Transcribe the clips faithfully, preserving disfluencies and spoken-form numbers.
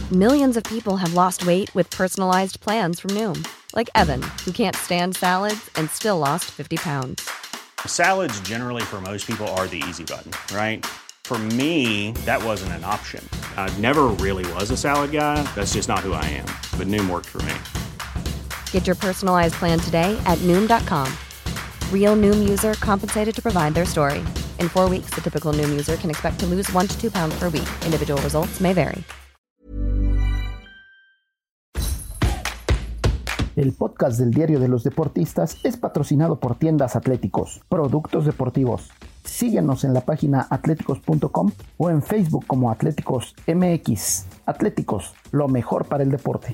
Millions of people have lost weight with personalized plans from Noom. Like Evan, who can't stand salads and still lost fifty pounds. Salads generally for most people are the easy button, right? For me, that wasn't an option. I never really was a salad guy. That's just not who I am. But Noom worked for me. Get your personalized plan today at Noom dot com. Real Noom user compensated to provide their story. In four weeks, the typical Noom user can expect to lose one to two pounds per week. Individual results may vary. El podcast del Diario de los Deportistas es patrocinado por Tiendas Atléticos, productos deportivos. Síguenos en la página atléticos punto com o en Facebook como Atléticos M X. Atléticos, lo mejor para el deporte.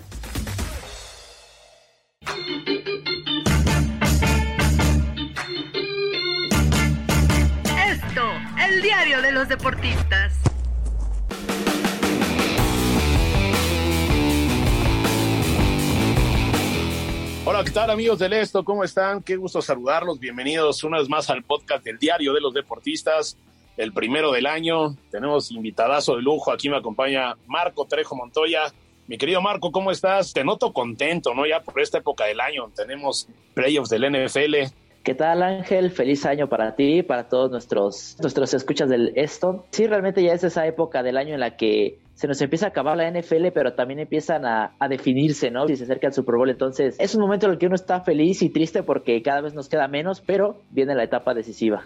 Esto, el Diario de los Deportistas. Hola, ¿qué tal amigos del Esto? ¿Cómo están? Qué gusto saludarlos. Bienvenidos una vez más al podcast del Diario de los Deportistas, el primero del año. Tenemos invitadazo de lujo. Aquí me acompaña Marco Trejo Montoya. Mi querido Marco, ¿cómo estás? Te noto contento, ¿no? Ya por esta época del año tenemos playoffs del N F L. ¿Qué tal, Ángel? Feliz año para ti, para todos nuestros, nuestros escuchas del Esto. Sí, realmente ya es esa época del año en la que se nos empieza a acabar la N F L, pero también empiezan a, a definirse, ¿no? Si se acerca el Super Bowl, entonces es un momento en el que uno está feliz y triste porque cada vez nos queda menos, pero viene la etapa decisiva.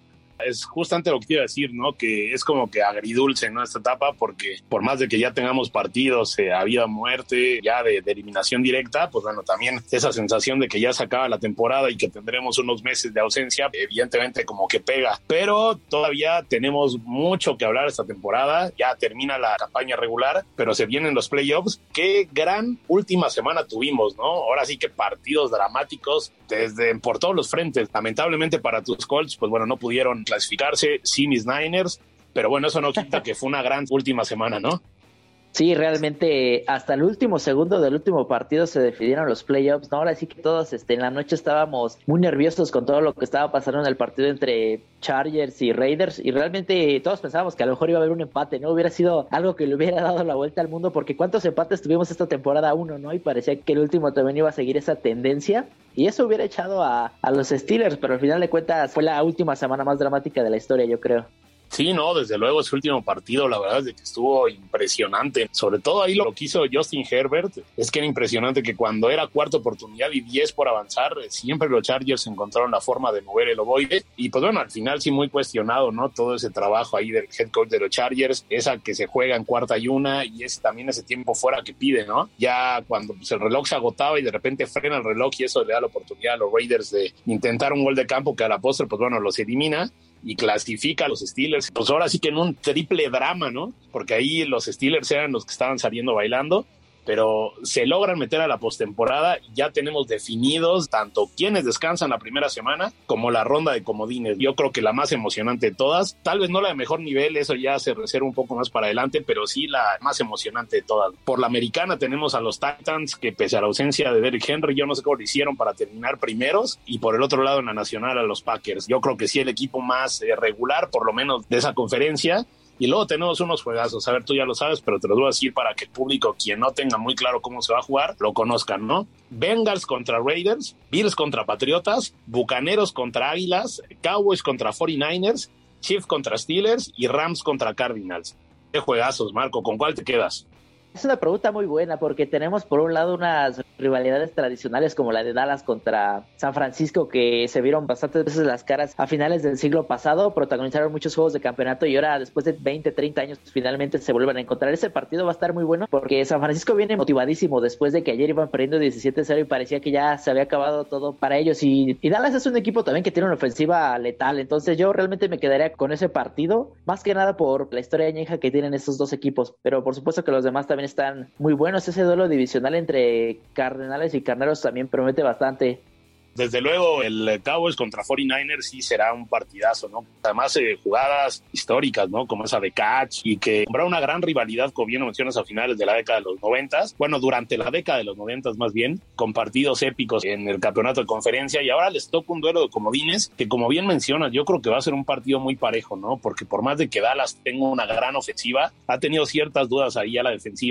Es justamente lo que quiero decir, ¿no? Que es como que agridulce, ¿no? Esta etapa, porque por más de que ya tengamos partidos eh, a vida o muerte, ya de, de eliminación directa, pues bueno, también esa sensación de que ya se acaba la temporada y que tendremos unos meses de ausencia, evidentemente como que pega. Pero todavía tenemos mucho que hablar esta temporada, ya termina la campaña regular, pero se vienen los playoffs. Qué gran última semana tuvimos, ¿no? Ahora sí que partidos dramáticos desde por todos los frentes. Lamentablemente para tus Colts, pues bueno, no pudieron clasificarse, sí mis Niners, pero bueno, eso no quita que fue una gran última semana, ¿no? Sí, realmente hasta el último segundo del último partido se definieron los playoffs, ¿no? Ahora sí que todos este, en la noche estábamos muy nerviosos con todo lo que estaba pasando en el partido entre Chargers y Raiders, y realmente todos pensábamos que a lo mejor iba a haber un empate, ¿no? Hubiera sido algo que le hubiera dado la vuelta al mundo, porque cuántos empates tuvimos esta temporada uno, ¿no? Y parecía que el último también iba a seguir esa tendencia, y eso hubiera echado a, a los Steelers, pero al final de cuentas fue la última semana más dramática de la historia, yo creo. Sí, no, desde luego ese último partido, la verdad es de que estuvo impresionante. Sobre todo ahí lo que hizo Justin Herbert, es que era impresionante que cuando era cuarta oportunidad y diez por avanzar, siempre los Chargers encontraron la forma de mover el ovoide. Y pues bueno, al final sí muy cuestionado, ¿no? Todo ese trabajo ahí del head coach de los Chargers, esa que se juega en cuarta y una, y es también ese tiempo fuera que pide, ¿no? Ya cuando pues, el reloj se agotaba y de repente frena el reloj y eso le da la oportunidad a los Raiders de intentar un gol de campo que a la postre, pues bueno, los elimina y clasifica a los Steelers. Pues ahora sí que en un triple drama, ¿no? Porque ahí los Steelers eran los que estaban saliendo bailando, pero se logran meter a la postemporada y ya tenemos definidos tanto quienes descansan la primera semana como la ronda de comodines. Yo creo que la más emocionante de todas, tal vez no la de mejor nivel, eso ya se reserva un poco más para adelante, pero sí la más emocionante de todas. Por la americana tenemos a los Titans, que pese a la ausencia de Derrick Henry, yo no sé cómo lo hicieron para terminar primeros, y por el otro lado en la nacional a los Packers. Yo creo que sí el equipo más eh, regular, por lo menos de esa conferencia. Y luego tenemos unos juegazos, a ver, tú ya lo sabes, pero te lo voy a decir para que el público, quien no tenga muy claro cómo se va a jugar, lo conozcan, ¿no? Bengals contra Raiders, Bills contra Patriotas, Bucaneros contra Águilas, Cowboys contra cuarenta y nueve ers, Chiefs contra Steelers y Rams contra Cardinals. ¿Qué juegazos, Marco? ¿Con cuál te quedas? Es una pregunta muy buena porque tenemos por un lado unas rivalidades tradicionales como la de Dallas contra San Francisco, que se vieron bastantes veces las caras a finales del siglo pasado, protagonizaron muchos juegos de campeonato y ahora después de veinte, treinta años finalmente se vuelven a encontrar. Ese partido va a estar muy bueno porque San Francisco viene motivadísimo después de que ayer iban perdiendo diecisiete cero y parecía que ya se había acabado todo para ellos, y, y Dallas es un equipo también que tiene una ofensiva letal, entonces yo realmente me quedaría con ese partido, más que nada por la historia añeja que tienen estos dos equipos, pero por supuesto que los demás también están muy buenos. Ese duelo divisional entre Cardenales y Carneros también promete bastante. Desde luego, el Cowboys contra cuarenta y nueve ers sí será un partidazo, ¿no? Además, eh, jugadas históricas, ¿no? Como esa de catch, y que habrá una gran rivalidad, como bien mencionas, a finales de la década de los noventas. Bueno, durante la década de los noventas más bien, con partidos épicos en el campeonato de conferencia, y ahora les toca un duelo de comodines, que como bien mencionas, yo creo que va a ser un partido muy parejo, ¿no? Porque por más de que Dallas tenga una gran ofensiva, ha tenido ciertas dudas ahí a la defensiva,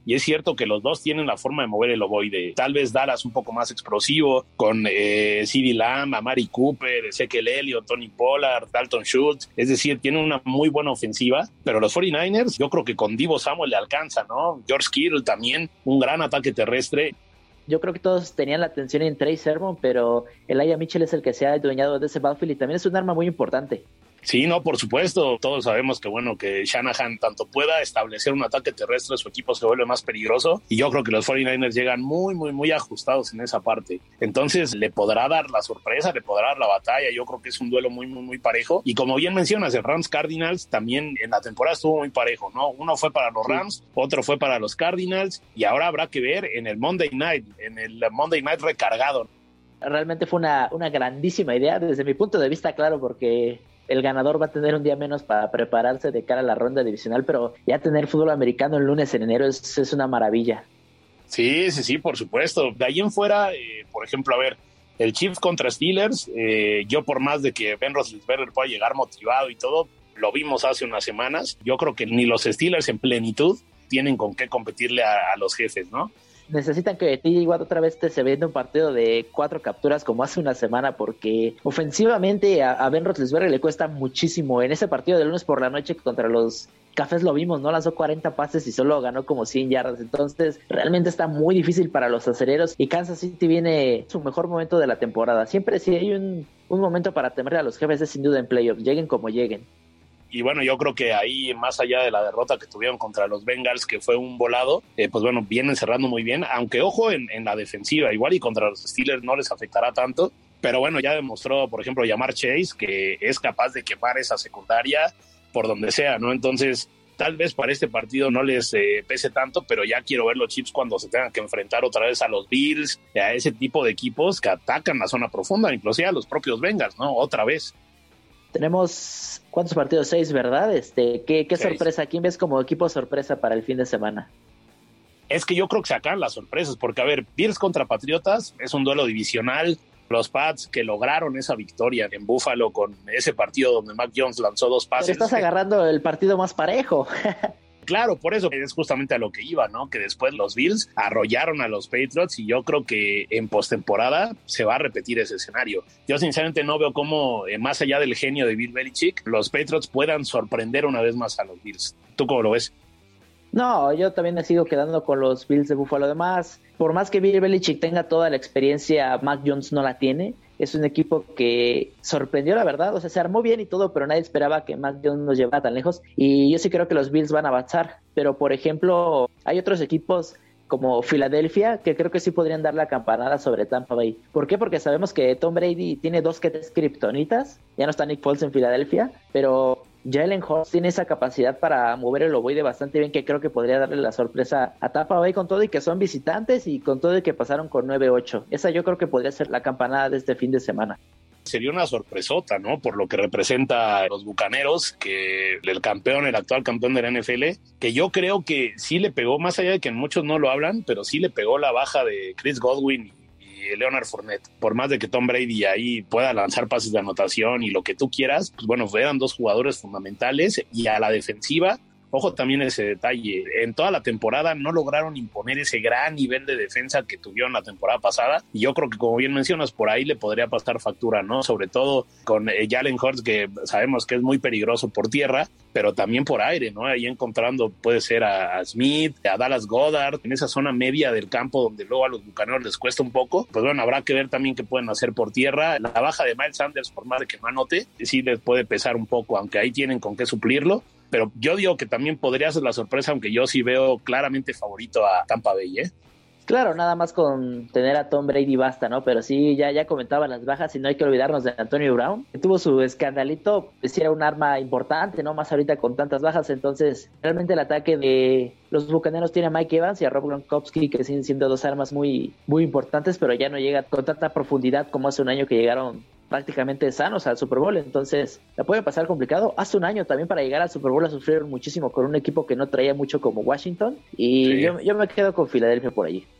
y es cierto que los dos tienen la forma de mover el ovoide. Tal vez Dallas un poco más explosivo, con eh, CeeDee Lamb, Amari Cooper, Ezekiel Elliott, Tony Pollard, Dalton Schultz, es decir, tienen una muy buena ofensiva, pero los cuarenta y nueve ers, yo creo que con Deebo Samuel le alcanza, ¿no? George Kittle también, un gran ataque terrestre. Yo creo que todos tenían la atención en Trey Sermon, pero Elijah Mitchell es el que se ha adueñado de ese backfield y también es un arma muy importante. Sí, no, por supuesto, todos sabemos que bueno, que Shanahan tanto pueda establecer un ataque terrestre, su equipo se vuelve más peligroso, y yo creo que los cuarenta y nueve ers llegan muy, muy, muy ajustados en esa parte. Entonces, le podrá dar la sorpresa, le podrá dar la batalla, yo creo que es un duelo muy, muy, muy parejo, y como bien mencionas, el Rams Cardinals también en la temporada estuvo muy parejo, ¿no? Uno fue para los Rams, sí. Otro fue para los Cardinals, y ahora habrá que ver en el Monday Night, en el Monday Night recargado. Realmente fue una, una grandísima idea, desde mi punto de vista, claro, porque el ganador va a tener un día menos para prepararse de cara a la ronda divisional, pero ya tener fútbol americano el lunes en enero es, es una maravilla. Sí, sí, sí, por supuesto. De ahí en fuera, eh, por ejemplo, a ver, el Chiefs contra Steelers, eh, yo por más de que Ben Roethlisberger pueda llegar motivado y todo, lo vimos hace unas semanas, yo creo que ni los Steelers en plenitud tienen con qué competirle a, a los jefes, ¿no? Necesitan que T J Watt otra vez te se venda un partido de cuatro capturas como hace una semana, porque ofensivamente a, a Ben Roethlisberger le cuesta muchísimo. En ese partido de lunes por la noche contra los Cafés lo vimos, ¿no? Lanzó cuarenta pases y solo ganó como cien yardas. Entonces realmente está muy difícil para los acereros, y Kansas City viene su mejor momento de la temporada. Siempre si hay un, un momento para temerle a los jefes es sin duda en playoffs, lleguen como lleguen. Y bueno, yo creo que ahí, más allá de la derrota que tuvieron contra los Bengals, que fue un volado, eh, pues bueno, vienen cerrando muy bien, aunque ojo en, en la defensiva, igual y contra los Steelers no les afectará tanto, pero bueno, ya demostró, por ejemplo, Ja'Marr Chase, que es capaz de quemar esa secundaria por donde sea, ¿no? Entonces, tal vez para este partido no les eh, pese tanto, pero ya quiero ver los Chiefs cuando se tengan que enfrentar otra vez a los Bills, a ese tipo de equipos que atacan la zona profunda, inclusive a los propios Bengals, ¿no? Otra vez. Tenemos, ¿cuántos partidos? Seis, ¿verdad? Este, ¿qué, qué sorpresa? ¿Quién ves como equipo sorpresa para el fin de semana? Es que yo creo que sacan las sorpresas, porque a ver, Bills contra Patriotas es un duelo divisional. Los Pats que lograron esa victoria en Buffalo con ese partido donde Mac Jones lanzó dos pases. Pero estás agarrando el partido más parejo. Claro, por eso es justamente a lo que iba, ¿no? Que después los Bills arrollaron a los Patriots, y yo creo que en postemporada se va a repetir ese escenario. Yo sinceramente no veo cómo, eh, más allá del genio de Bill Belichick, los Patriots puedan sorprender una vez más a los Bills. ¿Tú cómo lo ves? No, yo también me sigo quedando con los Bills de Buffalo. Además, por más que Bill Belichick tenga toda la experiencia, Mac Jones no la tiene. Es un equipo que sorprendió, la verdad. O sea, se armó bien y todo, pero nadie esperaba que Mac Jones nos llevara tan lejos. Y yo sí creo que los Bills van a avanzar. Pero, por ejemplo, hay otros equipos como Filadelfia que creo que sí podrían dar la campanada sobre Tampa Bay. ¿Por qué? Porque sabemos que Tom Brady tiene dos que tres kriptonitas. Ya no está Nick Foles en Filadelfia, pero Jalen Hurts tiene esa capacidad para mover el ovoide bastante bien, que creo que podría darle la sorpresa a Tampa Bay, con todo y que son visitantes y con todo y que pasaron con nueve ocho. Esa yo creo que podría ser la campanada de este fin de semana. Sería una sorpresota, ¿no? Por lo que representa a los Bucaneros, que el campeón, el actual campeón de la N F L, que yo creo que sí le pegó, más allá de que muchos no lo hablan, pero sí le pegó la baja de Chris Godwin y Leonard Fournette. Por más de que Tom Brady ahí pueda lanzar pases de anotación y lo que tú quieras, pues bueno, eran dos jugadores fundamentales. Y a la defensiva, ojo también ese detalle, en toda la temporada no lograron imponer ese gran nivel de defensa que tuvieron la temporada pasada, y yo creo que, como bien mencionas, por ahí le podría pasar factura, ¿no? Sobre todo con eh, Jalen Hurts, que sabemos que es muy peligroso por tierra, pero también por aire, ¿no? Ahí encontrando puede ser a, a Smith, a Dallas Goedert, en esa zona media del campo donde luego a los Bucaneros les cuesta un poco. Pues bueno, habrá que ver también qué pueden hacer por tierra. La baja de Miles Sanders, por más de que no anote, sí les puede pesar un poco, aunque ahí tienen con qué suplirlo. Pero yo digo que también podría ser la sorpresa, aunque yo sí veo claramente favorito a Tampa Bay, ¿eh? Claro, nada más con tener a Tom Brady basta, ¿no? Pero sí, ya, ya comentaba las bajas, y no hay que olvidarnos de Antonio Brown, que tuvo su escandalito, pues era un arma importante, ¿no? Más ahorita con tantas bajas. Entonces, realmente el ataque de los Bucaneros tiene a Mike Evans y a Rob Gronkowski, que siguen siendo dos armas muy, muy importantes, pero ya no llega con tanta profundidad como hace un año que llegaron prácticamente sanos al Super Bowl. Entonces la puede pasar complicado. Hace un año también para llegar al Super Bowl la sufrieron muchísimo con un equipo que no traía mucho como Washington, y sí. yo, yo me quedo con Filadelfia por allí.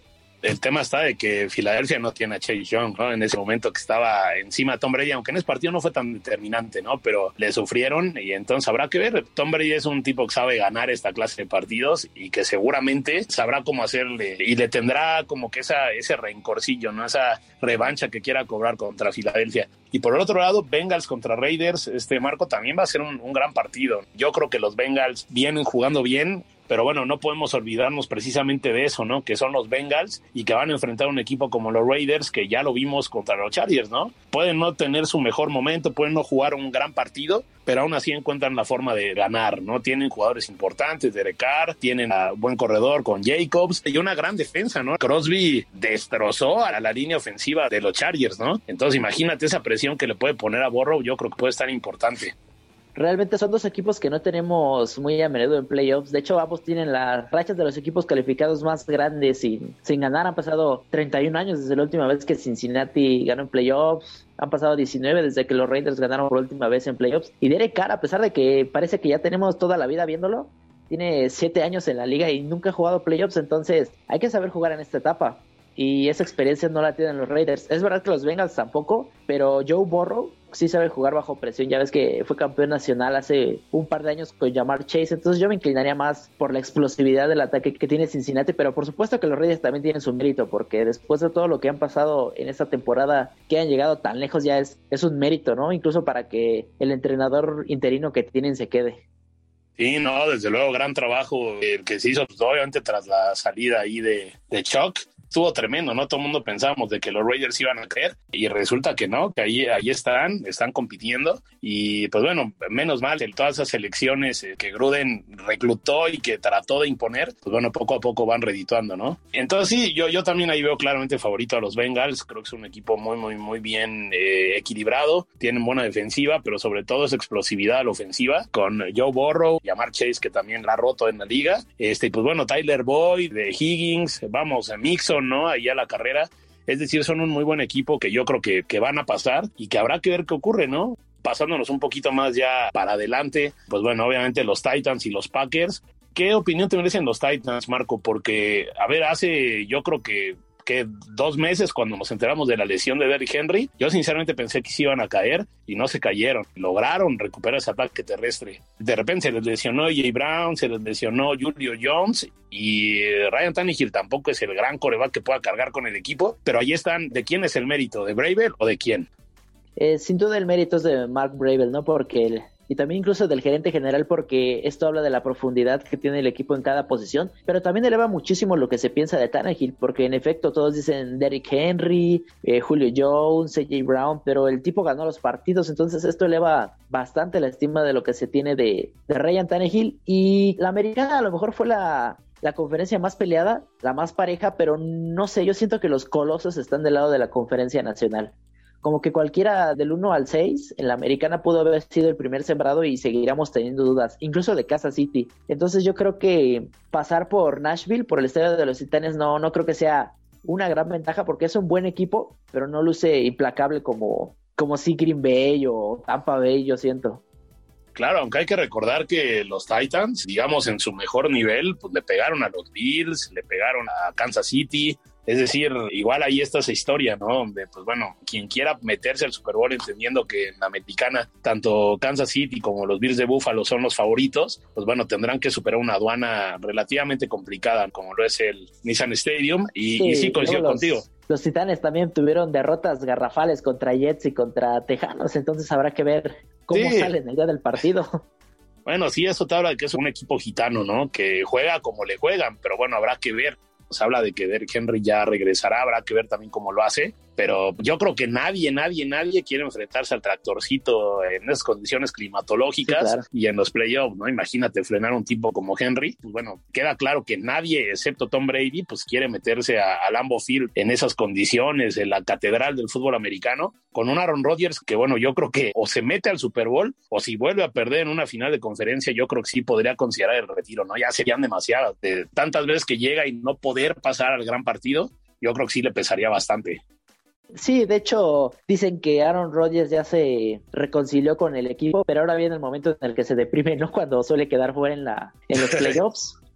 El tema está de que Filadelfia no tiene a Chase Young, ¿no? En ese momento que estaba encima de Tom Brady, aunque en ese partido no fue tan determinante, ¿no? Pero le sufrieron y entonces habrá que ver. Tom Brady es un tipo que sabe ganar esta clase de partidos y que seguramente sabrá cómo hacerle y le tendrá como que esa, ese rencorcillo, ¿no? Esa revancha que quiera cobrar contra Filadelfia. Y por el otro lado, Bengals contra Raiders, este Marco, también va a ser un, un gran partido. Yo creo que los Bengals vienen jugando bien, pero bueno, no podemos olvidarnos precisamente de eso, ¿no? Que son los Bengals y que van a enfrentar a un equipo como los Raiders, que ya lo vimos contra los Chargers, ¿no? Pueden no tener su mejor momento, pueden no jugar un gran partido, pero aún así encuentran la forma de ganar, ¿no? Tienen jugadores importantes, Derek Carr, tienen a buen corredor con Jacobs y una gran defensa, ¿no? Crosby destrozó a la línea ofensiva de los Chargers, ¿no? Entonces imagínate esa presión que le puede poner a Burrow, yo creo que puede estar importante. Realmente son dos equipos que no tenemos muy a menudo en playoffs. De hecho, ambos tienen las rachas de los equipos calificados más grandes sin, sin ganar. Han pasado treinta y un años desde la última vez que Cincinnati ganó en playoffs. Han pasado diecinueve desde que los Raiders ganaron por última vez en playoffs. Y Derek Carr, a pesar de que parece que ya tenemos toda la vida viéndolo, tiene siete años en la liga y nunca ha jugado playoffs. Entonces hay que saber jugar en esta etapa. Y esa experiencia no la tienen los Raiders. Es verdad que los Bengals tampoco, pero Joe Burrow sí sabe jugar bajo presión. Ya ves que fue campeón nacional hace un par de años con Ja'Marr Chase. Entonces yo me inclinaría más por la explosividad del ataque que tiene Cincinnati. Pero por supuesto que los Raiders también tienen su mérito, porque después de todo lo que han pasado en esta temporada, que han llegado tan lejos, ya es, es un mérito, ¿no? Incluso para que el entrenador interino que tienen se quede. Sí, no, desde luego, gran trabajo el que se hizo, pues, obviamente tras la salida ahí de, de Chuck. Estuvo tremendo, ¿no? Todo el mundo pensábamos de que los Raiders iban a caer y resulta que no, que ahí, ahí están, están compitiendo y pues bueno, menos mal en todas esas selecciones que Gruden reclutó y que trató de imponer, pues bueno, poco a poco van redituando, ¿no? Entonces sí, yo, yo también ahí veo claramente favorito a los Bengals. Creo que es un equipo muy, muy, muy bien eh, equilibrado, tienen buena defensiva, pero sobre todo es explosividad a la ofensiva con Joe Burrow, Ja'Marr Chase, que también la ha roto en la liga, este, pues bueno, Tyler Boyd, de Higgins, vamos, a Mixon, ¿no? Ahí a la carrera, es decir, son un muy buen equipo que yo creo que, que van a pasar y que habrá que ver qué ocurre, ¿no? Pasándonos un poquito más ya para adelante, pues bueno, obviamente los Titans y los Packers. ¿Qué opinión te merecen los Titans, Marco? Porque, a ver, hace yo creo que que dos meses cuando nos enteramos de la lesión de Derrick Henry, yo sinceramente pensé que se iban a caer y no se cayeron, lograron recuperar ese ataque terrestre. De repente se les lesionó A J Brown, se les lesionó Julio Jones y Ryan Tannehill tampoco es el gran quarterback que pueda cargar con el equipo, pero ahí están. ¿De quién es el mérito? ¿De Vrabel o de quién? Eh, sin duda el mérito es de Mark Vrabel, ¿no? Porque el... y también incluso del gerente general, porque esto habla de la profundidad que tiene el equipo en cada posición, pero también eleva muchísimo lo que se piensa de Tannehill, porque en efecto todos dicen Derrick Henry, eh, Julio Jones, A J Brown, pero el tipo ganó los partidos, entonces esto eleva bastante la estima de lo que se tiene de, de Ryan Tannehill. Y la americana a lo mejor fue la... la conferencia más peleada, la más pareja, pero no sé, yo siento que los colosos están del lado de la conferencia nacional. Como que cualquiera del uno al seis en la americana pudo haber sido el primer sembrado y seguiríamos teniendo dudas, incluso de Kansas City. Entonces yo creo que pasar por Nashville, por el estadio de los Titanes, no, no creo que sea una gran ventaja, porque es un buen equipo, pero no luce implacable como, como sí Green Bay o Tampa Bay, yo siento. Claro, aunque hay que recordar que los Titans, digamos, en su mejor nivel, pues le pegaron a los Bills, le pegaron a Kansas City. Es decir, igual ahí está esa historia, ¿no? Donde, pues bueno, quien quiera meterse al Super Bowl entendiendo que en la americana tanto Kansas City como los Bills de Buffalo son los favoritos, pues bueno, tendrán que superar una aduana relativamente complicada como lo es el Nissan Stadium y sí, y sí coincido los, contigo. Los Titanes también tuvieron derrotas garrafales contra Jets y contra Tejanos, entonces habrá que ver cómo sí. salen el día del partido. Bueno, sí, eso te habla de que es un equipo gitano, ¿no? Que juega como le juegan, pero bueno, habrá que ver. Se habla de que Derrick Henry ya regresará, habrá que ver también cómo lo hace, pero yo creo que nadie, nadie, nadie quiere enfrentarse al tractorcito en esas condiciones climatológicas, sí, claro. Y en los playoffs, ¿no? Imagínate frenar a un tipo como Henry, pues bueno, queda claro que nadie, excepto Tom Brady, pues quiere meterse a, a Lambeau Field en esas condiciones, en la catedral del fútbol americano, con un Aaron Rodgers que, bueno, yo creo que o se mete al Super Bowl, o si vuelve a perder en una final de conferencia, yo creo que sí podría considerar el retiro, ¿no? Ya serían demasiadas, de tantas veces que llega y no poder pasar al gran partido, yo creo que sí le pesaría bastante. Sí, de hecho, dicen que Aaron Rodgers ya se reconcilió con el equipo, pero ahora viene el momento en el que se deprime, ¿no? Cuando suele quedar fuera en, la, en los playoffs.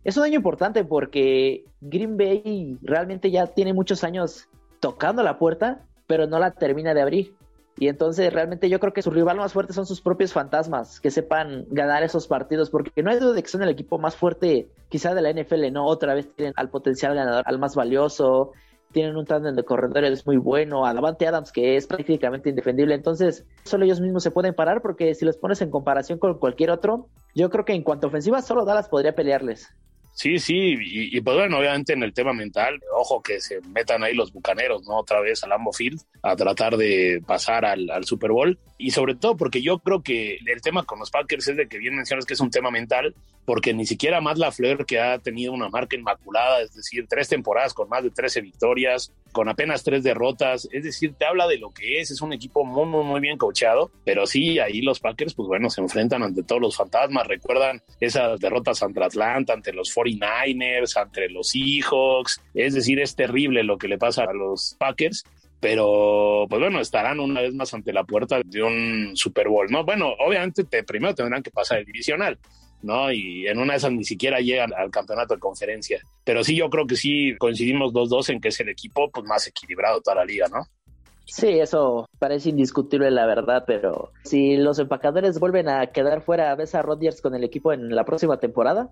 es un año importante porque Green Bay realmente ya tiene muchos años tocando la puerta, pero no la termina de abrir. Y entonces realmente yo creo que su rival más fuerte son sus propios fantasmas, que sepan ganar esos partidos, porque no hay duda de que son el equipo más fuerte quizá de la N F L, ¿no? Otra vez tienen al potencial ganador, al más valioso, tienen un tándem de corredores muy bueno, a Davante Adams que es prácticamente indefendible, entonces solo ellos mismos se pueden parar, porque si los pones en comparación con cualquier otro, yo creo que en cuanto a ofensiva solo Dallas podría pelearles. Sí, sí, y, y pues bueno, obviamente en el tema mental, ojo que se metan ahí los bucaneros, ¿no? Otra vez al Lambeau Field a tratar de pasar al, al Super Bowl, y sobre todo porque yo creo que el tema con los Packers es de que bien mencionas que es un tema mental, porque ni siquiera Matt LaFleur, que ha tenido una marca inmaculada, es decir, tres temporadas con más de trece victorias, con apenas tres derrotas, es decir, te habla de lo que es, es un equipo muy, muy, muy bien coachado, pero sí, ahí los Packers, pues bueno, se enfrentan ante todos los fantasmas, recuerdan esas derrotas ante Atlanta, ante los cuarenta y nueve ers, ante los Seahawks, es decir, es terrible lo que le pasa a los Packers, pero pues bueno, estarán una vez más ante la puerta de un Super Bowl, ¿no? Bueno, obviamente te, primero tendrán que pasar el divisional, ¿no? Y en una de esas ni siquiera llegan al campeonato de conferencia, pero sí, yo creo que sí coincidimos los dos en que es el equipo pues más equilibrado de toda la liga, ¿no? Sí, eso parece indiscutible la verdad, pero si los empacadores vuelven a quedar fuera, ¿ves a Rodgers con el equipo en la próxima temporada?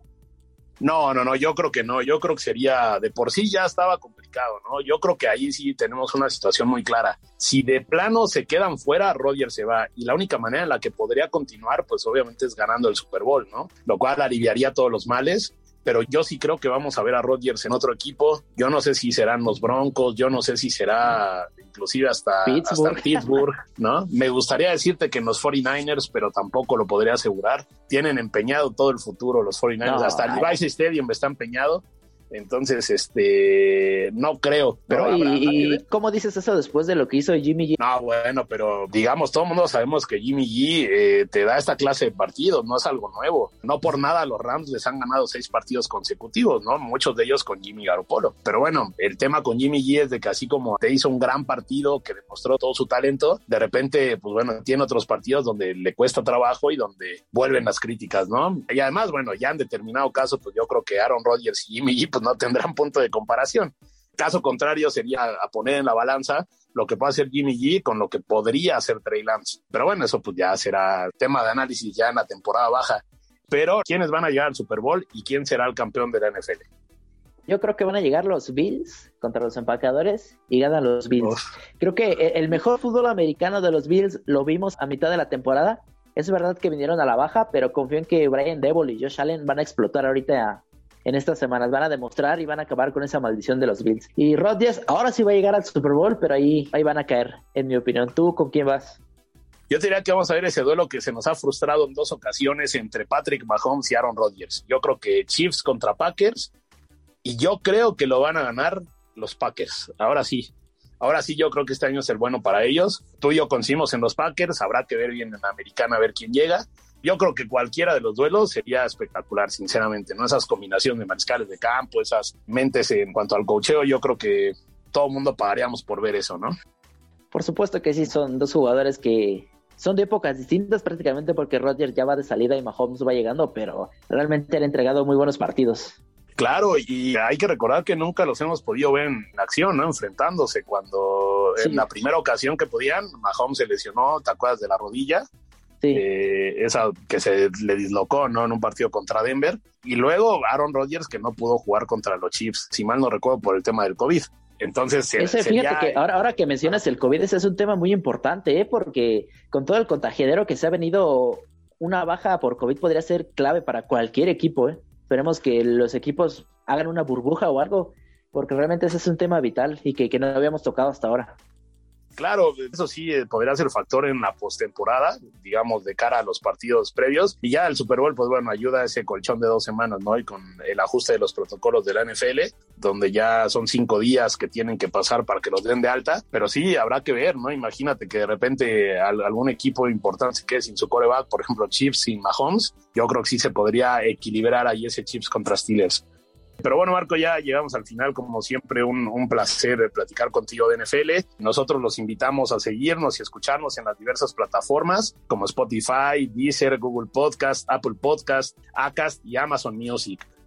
No, no, no, yo creo que no, yo creo que sería, de por sí ya estaba complicado, ¿no? Yo creo que ahí sí tenemos una situación muy clara. Si de plano se quedan fuera, Rodgers se va, y la única manera en la que podría continuar, pues obviamente es ganando el Super Bowl, ¿no? Lo cual aliviaría todos los males, pero yo sí creo que vamos a ver a Rodgers en otro equipo. Yo no sé si serán los Broncos, yo no sé si será inclusive hasta Pittsburgh, hasta Pittsburgh, ¿no? Me gustaría decirte que en los cuarenta y nueve ers, pero tampoco lo podría asegurar. Tienen empeñado todo el futuro los cuarenta y nueve ers, no, hasta el Levi's Stadium está empeñado. Entonces, este, no creo. Pero no, habrá, ¿y, y cómo dices eso después de lo que hizo Jimmy G? No, bueno, pero digamos, todo el mundo sabemos que Jimmy G eh, te da esta clase de partidos, no es algo nuevo. No por nada los Rams les han ganado seis partidos consecutivos, ¿no? Muchos de ellos con Jimmy Garoppolo. Pero bueno, el tema con Jimmy G es de que así como te hizo un gran partido que demostró todo su talento, de repente, pues bueno, tiene otros partidos donde le cuesta trabajo y donde vuelven las críticas, ¿no? Y además, bueno, ya en determinado caso, pues yo creo que Aaron Rodgers y Jimmy G, pues no tendrán punto de comparación. Caso contrario sería a poner en la balanza lo que puede hacer Jimmy G con lo que podría hacer Trey Lance. Pero bueno, eso pues ya será tema de análisis ya en la temporada baja. Pero ¿quiénes van a llegar al Super Bowl y quién será el campeón de la N F L? Yo creo que van a llegar los Bills contra los empacadores y ganan los Bills. Uf. Creo que el mejor fútbol americano de los Bills lo vimos a mitad de la temporada. Es verdad que vinieron a la baja, pero confío en que Brian Daboll y Josh Allen van a explotar ahorita en estas semanas, van a demostrar y van a acabar con esa maldición de los Bills. Y Rodgers ahora sí va a llegar al Super Bowl, pero ahí, ahí van a caer, en mi opinión. ¿Tú con quién vas? Yo te diría que vamos a ver ese duelo que se nos ha frustrado en dos ocasiones entre Patrick Mahomes y Aaron Rodgers. Yo creo que Chiefs contra Packers, y yo creo que lo van a ganar los Packers. Ahora sí, ahora sí yo creo que este año es el bueno para ellos. Tú y yo coincidimos en los Packers, habrá que ver bien en la americana a ver quién llega. Yo creo que cualquiera de los duelos sería espectacular, sinceramente, ¿no? Esas combinaciones de mariscales de campo, esas mentes en cuanto al coacheo, yo creo que todo el mundo pagaríamos por ver eso, ¿no? Por supuesto que sí, son dos jugadores que son de épocas distintas prácticamente, porque Rodgers ya va de salida y Mahomes va llegando, pero realmente han entregado muy buenos partidos. Claro, y hay que recordar que nunca los hemos podido ver en acción, ¿no? Enfrentándose, cuando sí. En la primera ocasión que podían, Mahomes se lesionó, ¿te acuerdas de la rodilla? Sí. Eh, esa que se le dislocó, ¿no? En un partido contra Denver, y luego Aaron Rodgers, que no pudo jugar contra los Chiefs, si mal no recuerdo, por el tema del COVID. Entonces, ese, sería... fíjate que ahora, ahora que mencionas el COVID, ese es un tema muy importante, ¿eh? Porque con todo el contagiadero que se ha venido, una baja por COVID podría ser clave para cualquier equipo, ¿eh? Esperemos que los equipos hagan una burbuja o algo, porque realmente ese es un tema vital y que, que no habíamos tocado hasta ahora. Claro, eso sí eh, podría ser factor en la postemporada, digamos, de cara a los partidos previos. Y ya el Super Bowl, pues bueno, ayuda a ese colchón de dos semanas, ¿no? Y con el ajuste de los protocolos de la N F L, donde ya son cinco días que tienen que pasar para que los den de alta. Pero sí, habrá que ver, ¿no? Imagínate que de repente algún equipo importante se quede sin su quarterback, por ejemplo, Chiefs sin Mahomes. Yo creo que sí se podría equilibrar ahí ese Chiefs contra Steelers. Pero bueno, Marco, ya llegamos al final. Como siempre, un, un placer platicar contigo de N F L. Nosotros los invitamos a seguirnos y escucharnos en las diversas plataformas como Spotify, Deezer, Google Podcast, Apple Podcast, Acast y Amazon Music.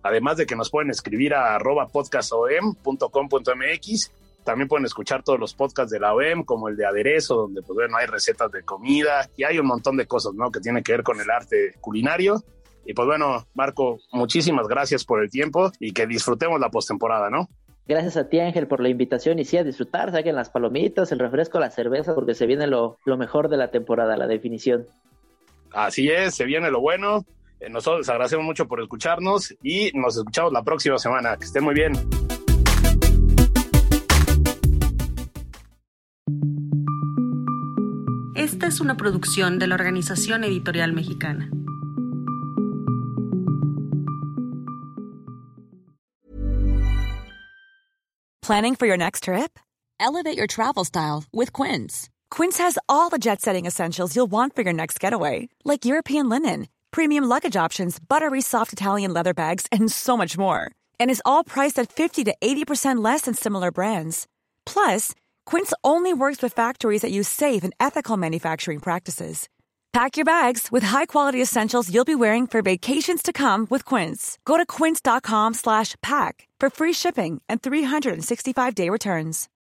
Además de que nos pueden escribir a arroba podcastom punto com punto mx. También pueden escuchar todos los podcasts de la O E M, como el de Aderezo, donde pues bueno, hay recetas de comida y hay un montón de cosas, ¿no?, que tienen que ver con el arte culinario. Y pues bueno, Marco, muchísimas gracias por el tiempo y que disfrutemos la postemporada, ¿no? Gracias a ti, Ángel, por la invitación y sí, a disfrutar, saquen las palomitas, el refresco, la cerveza, porque se viene lo, lo mejor de la temporada, la definición. Así es, se viene lo bueno. Eh, nosotros les agradecemos mucho por escucharnos y nos escuchamos la próxima semana. Que estén muy bien. Esta es una producción de la Organización Editorial Mexicana. Planning for your next trip? Elevate your travel style with Quince. Quince has all the jet-setting essentials you'll want for your next getaway, like European linen, premium luggage options, buttery soft Italian leather bags, and so much more. And is all priced at fifty to eighty percent less than similar brands. Plus, Quince only works with factories that use safe and ethical manufacturing practices. Pack your bags with high-quality essentials you'll be wearing for vacations to come with Quince. Go to quince dot com slash pack for free shipping and three sixty-five day returns.